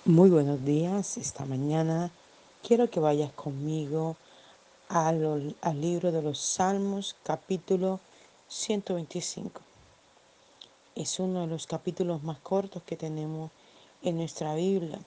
Muy buenos días. Esta mañana quiero que vayas conmigo al libro de los Salmos, capítulo 125. Es uno de los capítulos más cortos que tenemos en nuestra Biblia.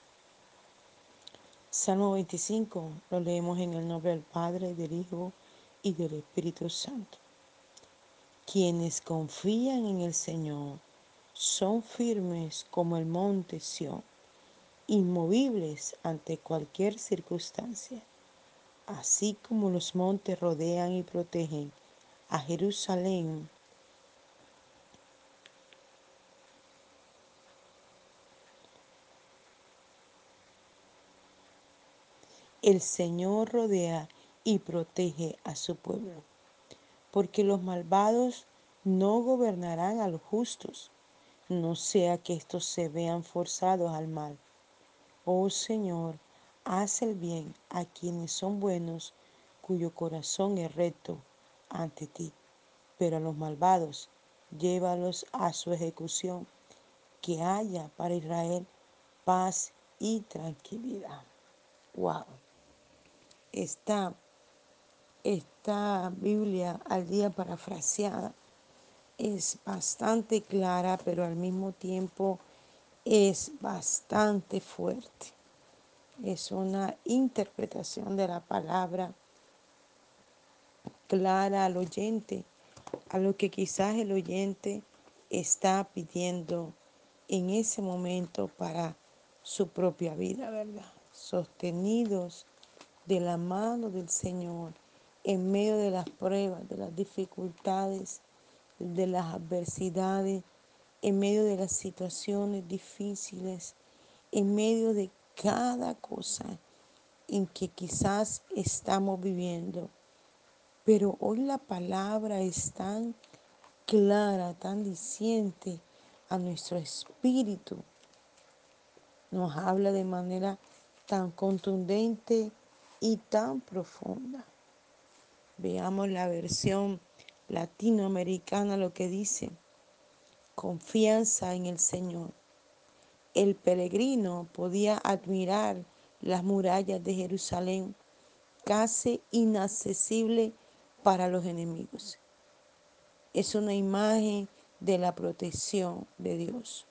Salmo 25 lo leemos en el nombre del Padre, del Hijo y del Espíritu Santo. Quienes confían en el Señor son firmes como el monte Sión, inmovibles ante cualquier circunstancia. Así como los montes rodean y protegen a Jerusalén, el Señor rodea y protege a su pueblo, porque los malvados no gobernarán a los justos, no sea que estos se vean forzados al mal. Oh Señor, haz el bien a quienes son buenos, cuyo corazón es recto ante ti, pero a los malvados llévalos a su ejecución. Que haya para Israel paz y tranquilidad. Wow. Esta, esta Biblia al día parafraseada es bastante clara, pero al mismo tiempo es bastante fuerte. Es una interpretación de la palabra clara al oyente, a lo que quizás el oyente está pidiendo en ese momento para su propia vida, ¿verdad? Sostenidos de la mano del Señor en medio de las pruebas, de las dificultades, de las adversidades, en medio de las situaciones difíciles, en medio de cada cosa en que quizás estamos viviendo. Pero hoy la palabra es tan clara, tan diciente a nuestro espíritu. Nos habla de manera tan contundente y tan profunda. Veamos la versión latinoamericana lo que dice. Confianza en el Señor. El peregrino podía admirar las murallas de Jerusalén, casi inaccesible para los enemigos. Es una imagen de la protección de Dios.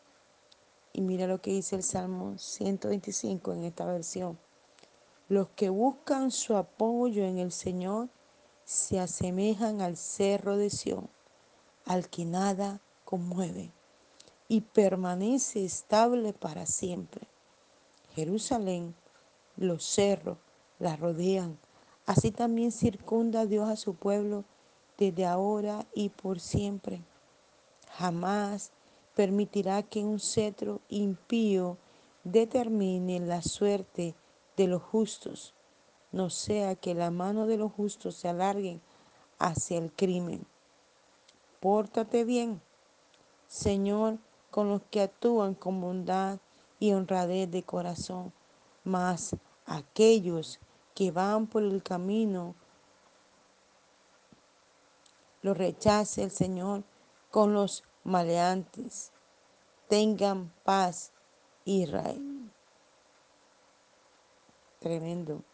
Y mira lo que dice el Salmo 125 en esta versión. Los que buscan su apoyo en el Señor se asemejan al cerro de Sión, al que nada conmueve y permanece estable para siempre. Jerusalén, los cerros la rodean. Así también circunda Dios a su pueblo desde ahora y por siempre. Jamás permitirá que un cetro impío determine la suerte de los justos, no sea que la mano de los justos se alargue hacia el crimen. Pórtate bien, Señor, con los que actúan con bondad y honradez de corazón, mas aquellos que van por el camino los rechace el Señor con los maleantes. Tengan paz, Israel. Tremendo.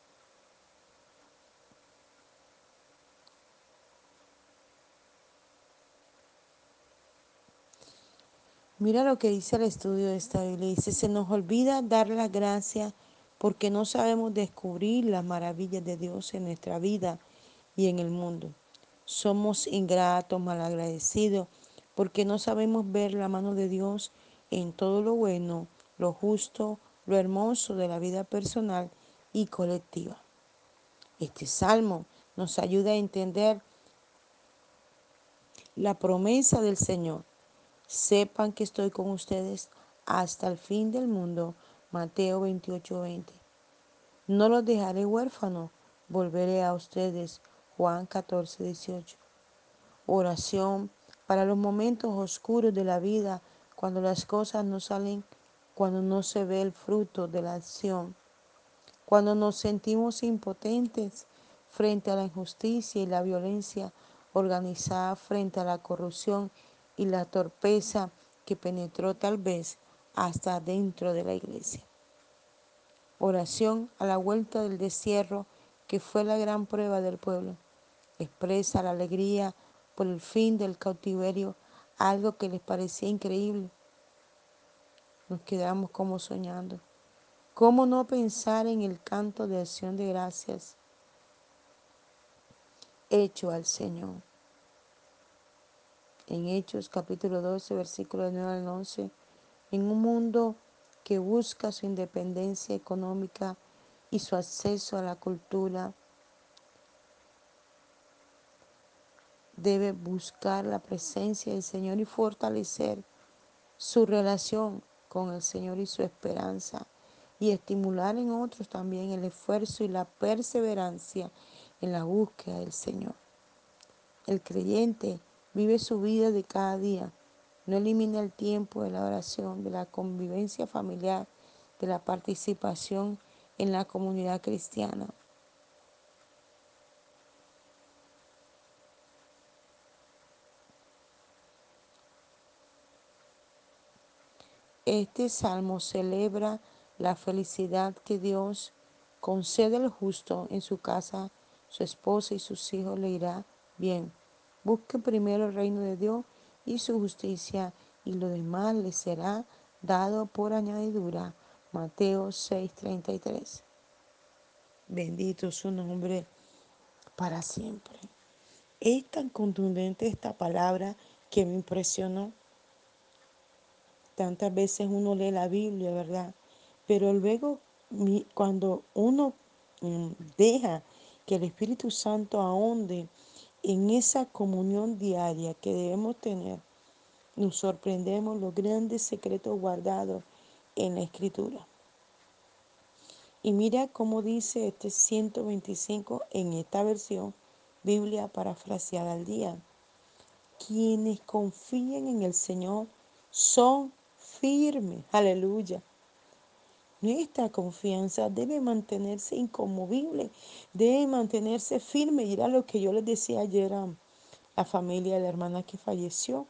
Mira lo que dice el estudio de esta Biblia. Dice, se nos olvida dar las gracias porque no sabemos descubrir las maravillas de Dios en nuestra vida y en el mundo. Somos ingratos, malagradecidos, porque no sabemos ver la mano de Dios en todo lo bueno, lo justo, lo hermoso de la vida personal y colectiva. Este salmo nos ayuda a entender la promesa del Señor. Sepan que estoy con ustedes hasta el fin del mundo. Mateo 28:20. No los dejaré huérfanos, volveré a ustedes. Juan 14:18. Oración para los momentos oscuros de la vida, cuando las cosas no salen, cuando no se ve el fruto de la acción, cuando nos sentimos impotentes frente a la injusticia y la violencia organizada, frente a la corrupción y la torpeza que penetró tal vez hasta dentro de la iglesia. Oración a la vuelta del destierro, que fue la gran prueba del pueblo. Expresa la alegría por el fin del cautiverio, algo que les parecía increíble. Nos quedamos como soñando. ¿Cómo no pensar en el canto de acción de gracias hecho al Señor? En Hechos capítulo 12, versículos 9 al 11, en un mundo que busca su independencia económica y su acceso a la cultura, debe buscar la presencia del Señor y fortalecer su relación con el Señor y su esperanza, y estimular en otros también el esfuerzo y la perseverancia en la búsqueda del Señor. El creyente vive su vida de cada día, no elimina el tiempo de la oración, de la convivencia familiar, de la participación en la comunidad cristiana. Este salmo celebra la felicidad que Dios concede al justo en su casa, su esposa y sus hijos le irá bien. Busque primero el reino de Dios y su justicia, y lo demás le será dado por añadidura. Mateo 6:33. Bendito su nombre para siempre. Es tan contundente esta palabra que me impresionó. Tantas veces uno lee la Biblia, ¿verdad? Pero luego cuando uno deja que el Espíritu Santo ahonde en esa comunión diaria que debemos tener, nos sorprendemos los grandes secretos guardados en la Escritura. Y mira cómo dice este 125 en esta versión, Biblia parafraseada al día. Quienes confían en el Señor son firmes. Aleluya. Nuestra confianza debe mantenerse inconmovible, debe mantenerse firme. Y era lo que yo les decía ayer a la familia de la hermana que falleció.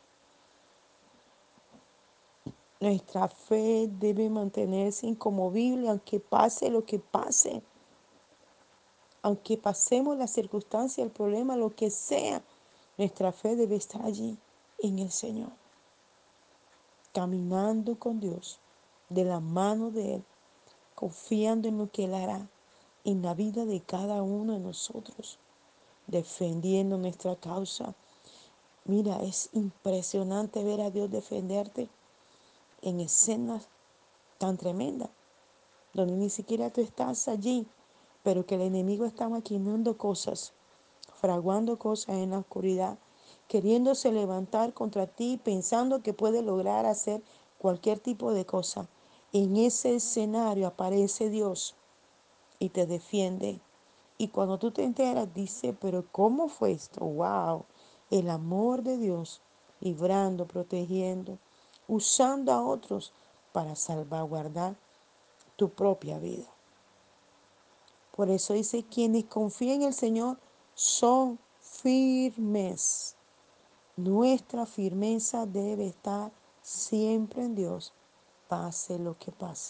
Nuestra fe debe mantenerse inconmovible aunque pase lo que pase, aunque pasemos la circunstancia, el problema, lo que sea. Nuestra fe debe estar allí en el Señor, caminando con Dios, de la mano de Él, confiando en lo que Él hará en la vida de cada uno de nosotros, defendiendo nuestra causa. Mira, es impresionante ver a Dios defenderte en escenas tan tremendas, donde ni siquiera tú estás allí, pero que el enemigo está maquinando cosas, fraguando cosas en la oscuridad, queriéndose levantar contra ti, pensando que puede lograr hacer cualquier tipo de cosa. En ese escenario aparece Dios y te defiende. Y cuando tú te enteras, dice, pero ¿cómo fue esto? ¡Wow! El amor de Dios, librando, protegiendo, usando a otros para salvaguardar tu propia vida. Por eso dice, quienes confían en el Señor son firmes. Nuestra firmeza debe estar siempre en Dios, pase lo que pase.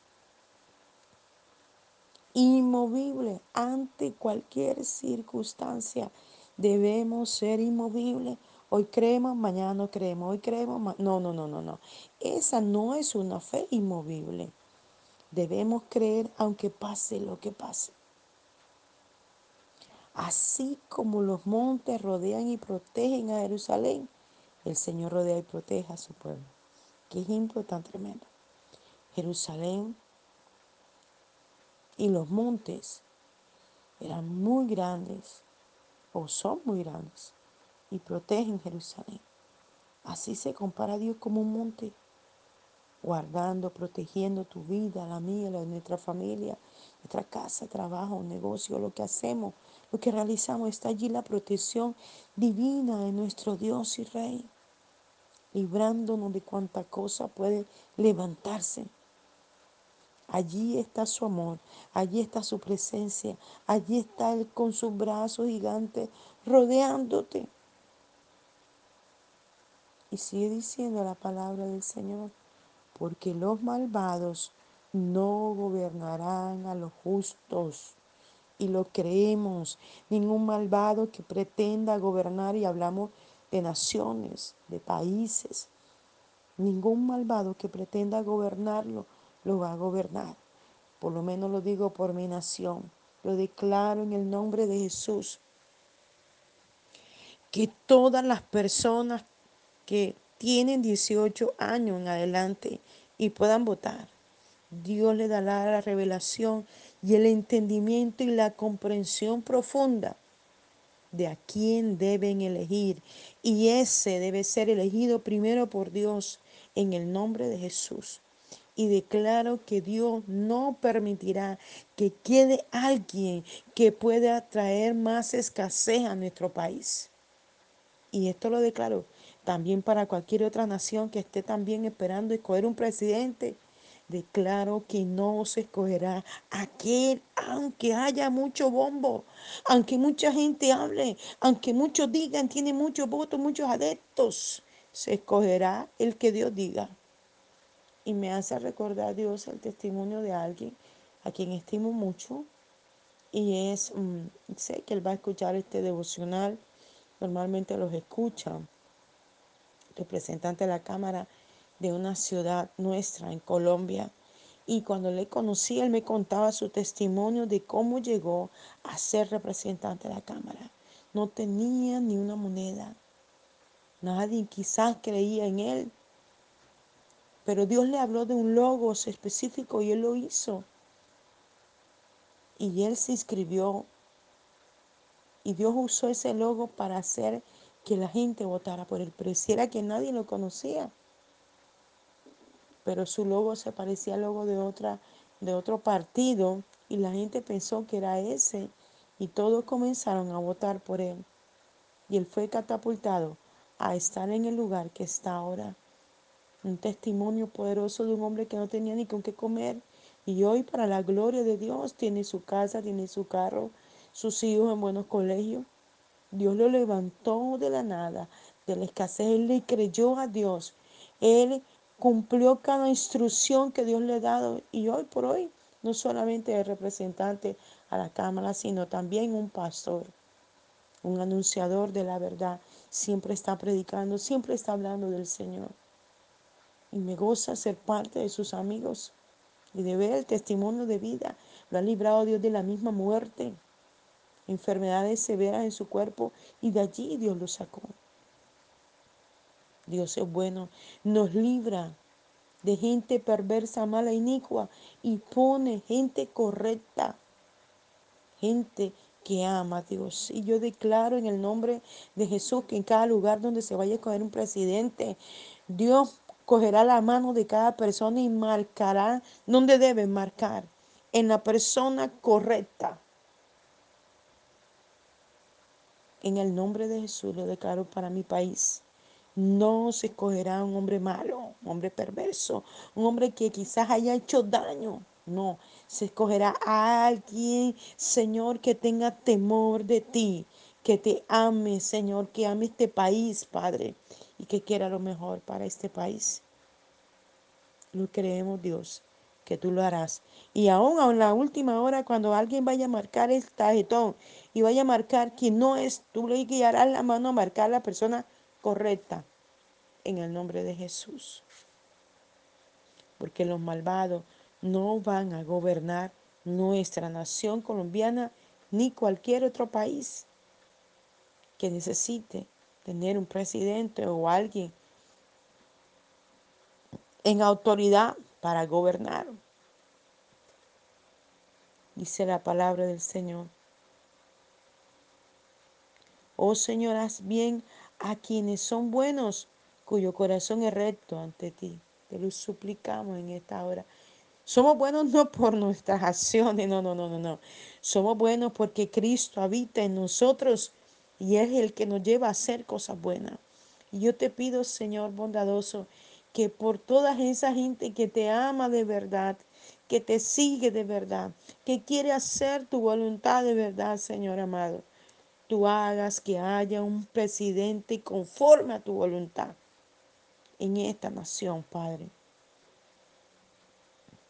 Inmovible ante cualquier circunstancia. Debemos ser inmovibles. Hoy creemos, mañana no creemos. Hoy creemos, no, no, no, no, no. Esa no es una fe inmovible. Debemos creer aunque pase lo que pase. Así como los montes rodean y protegen a Jerusalén, el Señor rodea y protege a su pueblo. Qué ejemplo tan tremendo. Jerusalén y los montes eran muy grandes, o son muy grandes, y protegen Jerusalén. Así se compara a Dios como un monte, guardando, protegiendo tu vida, la mía, la de nuestra familia, nuestra casa, trabajo, negocio, lo que hacemos, lo que realizamos. Está allí la protección divina de nuestro Dios y Rey, librándonos de cuanta cosa puede levantarse. Allí está su amor, allí está su presencia, allí está Él con sus brazos gigantes rodeándote. Y sigue diciendo la palabra del Señor, porque los malvados no gobernarán a los justos. Y lo creemos. Ningún malvado que pretenda gobernar, y hablamos de naciones, de países, ningún malvado que pretenda gobernarlo lo va a gobernar. Por lo menos lo digo por mi nación. Lo declaro en el nombre de Jesús, que todas las personas que tienen 18 años en adelante y puedan votar, Dios le dará la revelación y el entendimiento y la comprensión profunda de a quién deben elegir. Y ese debe ser elegido primero por Dios en el nombre de Jesús. Y declaro que Dios no permitirá que quede alguien que pueda traer más escasez a nuestro país. Y esto lo declaro también para cualquier otra nación que esté también esperando escoger un presidente. Declaro que no se escogerá aquel, aunque haya mucho bombo, aunque mucha gente hable, aunque muchos digan, tiene muchos votos, muchos adeptos. Se escogerá el que Dios diga. Y me hace recordar, Dios, el testimonio de alguien a quien estimo mucho. Y sé que él va a escuchar este devocional. Normalmente los escucha representante de la Cámara de una ciudad nuestra en Colombia. Y cuando le conocí, él me contaba su testimonio de cómo llegó a ser representante de la Cámara. No tenía ni una moneda. Nadie quizás creía en él, pero Dios le habló de un logos específico y él lo hizo. Y él se inscribió y Dios usó ese logo para hacer que la gente votara por él. Pareciera que nadie lo conocía, pero su logo se parecía al logo de otro partido y la gente pensó que era ese y todos comenzaron a votar por él. Y él fue catapultado a estar en el lugar que está ahora. Un testimonio poderoso de un hombre que no tenía ni con qué comer y hoy, para la gloria de Dios, tiene su casa, tiene su carro, sus hijos en buenos colegios. Dios lo levantó de la nada, de la escasez. Él le creyó a Dios. Él cumplió cada instrucción que Dios le ha dado. Y hoy por hoy, no solamente es representante a la Cámara, sino también un pastor, un anunciador de la verdad. Siempre está predicando, siempre está hablando del Señor. Y me goza ser parte de sus amigos y de ver el testimonio de vida. Lo ha librado Dios de la misma muerte, enfermedades severas en su cuerpo, y de allí Dios lo sacó. Dios es bueno, nos libra de gente perversa, mala, inicua, y pone gente correcta, gente que ama a Dios. Y yo declaro en el nombre de Jesús que en cada lugar donde se vaya a escoger un presidente, Dios cogerá la mano de cada persona y marcará donde debe marcar, en la persona correcta. En el nombre de Jesús lo declaro para mi país. No se escogerá un hombre malo, un hombre perverso, un hombre que quizás haya hecho daño. No, se escogerá a alguien, Señor, que tenga temor de ti, que te ame, Señor, que ame este país, Padre, y que quiera lo mejor para este país. Lo creemos, Dios, que tú lo harás. Y aún en la última hora, cuando alguien vaya a marcar el tarjetón y vaya a marcar que no es, tú le guiarás la mano a marcar a la persona correcta en el nombre de Jesús. Porque los malvados no van a gobernar nuestra nación colombiana ni cualquier otro país que necesite tener un presidente o alguien en autoridad para gobernar. Dice la palabra del Señor. Oh Señor, haz bien a quienes son buenos, cuyo corazón es recto ante ti. Te lo suplicamos en esta hora. Somos buenos no por nuestras acciones, no. Somos buenos porque Cristo habita en nosotros y es el que nos lleva a hacer cosas buenas. Y yo te pido, Señor bondadoso, que por toda esa gente que te ama de verdad, que te sigue de verdad, que quiere hacer tu voluntad de verdad, Señor amado, tú hagas que haya un presidente conforme a tu voluntad en esta nación, Padre.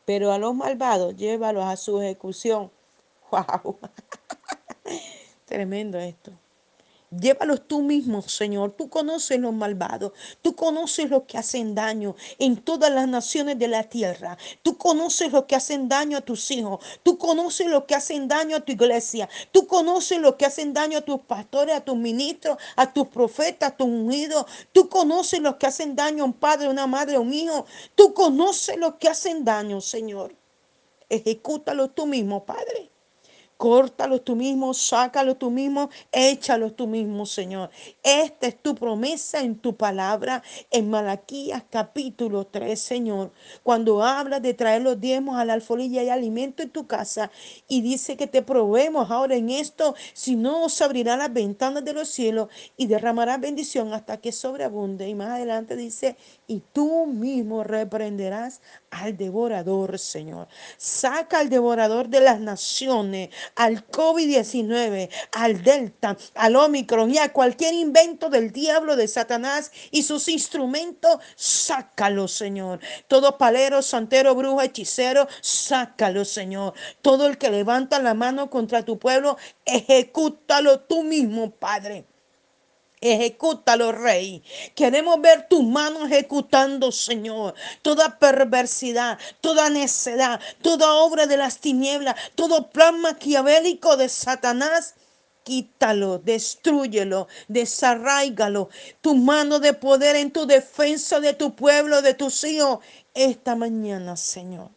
pero a los malvados llévalos a su ejecución. ¡Wow! Tremendo esto. Llévalos tú mismo, Señor. Tú conoces los malvados. Tú conoces los que hacen daño en todas las naciones de la tierra. Tú conoces los que hacen daño a tus hijos. Tú conoces los que hacen daño a tu iglesia. Tú conoces los que hacen daño a tus pastores, a tus ministros, a tus profetas, a tus ungidos. Tú conoces los que hacen daño a un padre, a una madre, a un hijo. Tú conoces los que hacen daño, Señor. Ejecútalo tú mismo, Padre. Córtalos tú mismo, sácalos tú mismo, échalos tú mismo, Señor. Esta es tu promesa en tu palabra en Malaquías capítulo 3, Señor. Cuando habla de traer los diezmos a la alfolilla y alimento en tu casa y dice que te probemos ahora en esto, si no os abrirá las ventanas de los cielos y derramará bendición hasta que sobreabunde. Y más adelante dice, y tú mismo reprenderás al devorador, Señor. Saca al devorador de las naciones, al COVID-19, al Delta, al Omicron y a cualquier invento del diablo, de Satanás y sus instrumentos, sácalo, Señor. Todo palero, santero, brujo, hechicero, sácalo, Señor. Todo el que levanta la mano contra tu pueblo, ejecútalo tú mismo, Padre. Ejecútalo, Rey. Queremos ver tus manos ejecutando, Señor. Toda perversidad, toda necedad, toda obra de las tinieblas, todo plan maquiavélico de Satanás. Quítalo, destrúyelo, desarráigalo. Tu mano de poder en tu defensa de tu pueblo, de tus hijos. Esta mañana, Señor.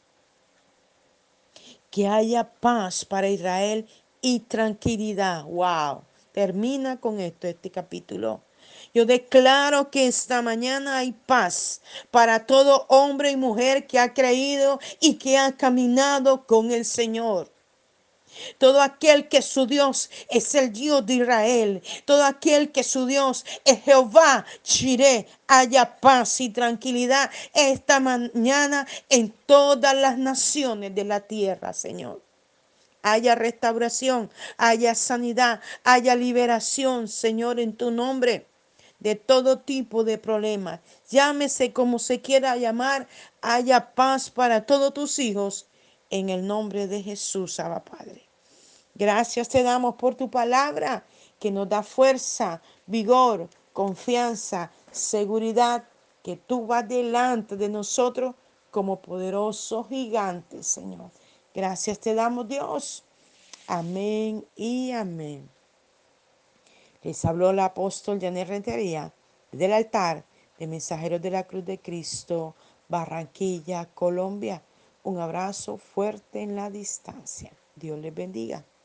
Que haya paz para Israel y tranquilidad. Wow. Termina con esto este capítulo. Yo declaro que esta mañana hay paz para todo hombre y mujer que ha creído y que ha caminado con el Señor. Todo aquel que su Dios es el Dios de Israel. Todo aquel que su Dios es Jehová, Jireh, haya paz y tranquilidad esta mañana en todas las naciones de la tierra, Señor. Haya restauración, haya sanidad, haya liberación, Señor, en tu nombre, de todo tipo de problemas. Llámese como se quiera llamar, haya paz para todos tus hijos, en el nombre de Jesús, Abba Padre. Gracias te damos por tu palabra que nos da fuerza, vigor, confianza, seguridad, que tú vas delante de nosotros como poderoso gigante, Señor. Gracias te damos, Dios. Amén y amén. Les habló el apóstol Janet Rentería del altar de Mensajeros de la Cruz de Cristo, Barranquilla, Colombia. Un abrazo fuerte en la distancia. Dios les bendiga.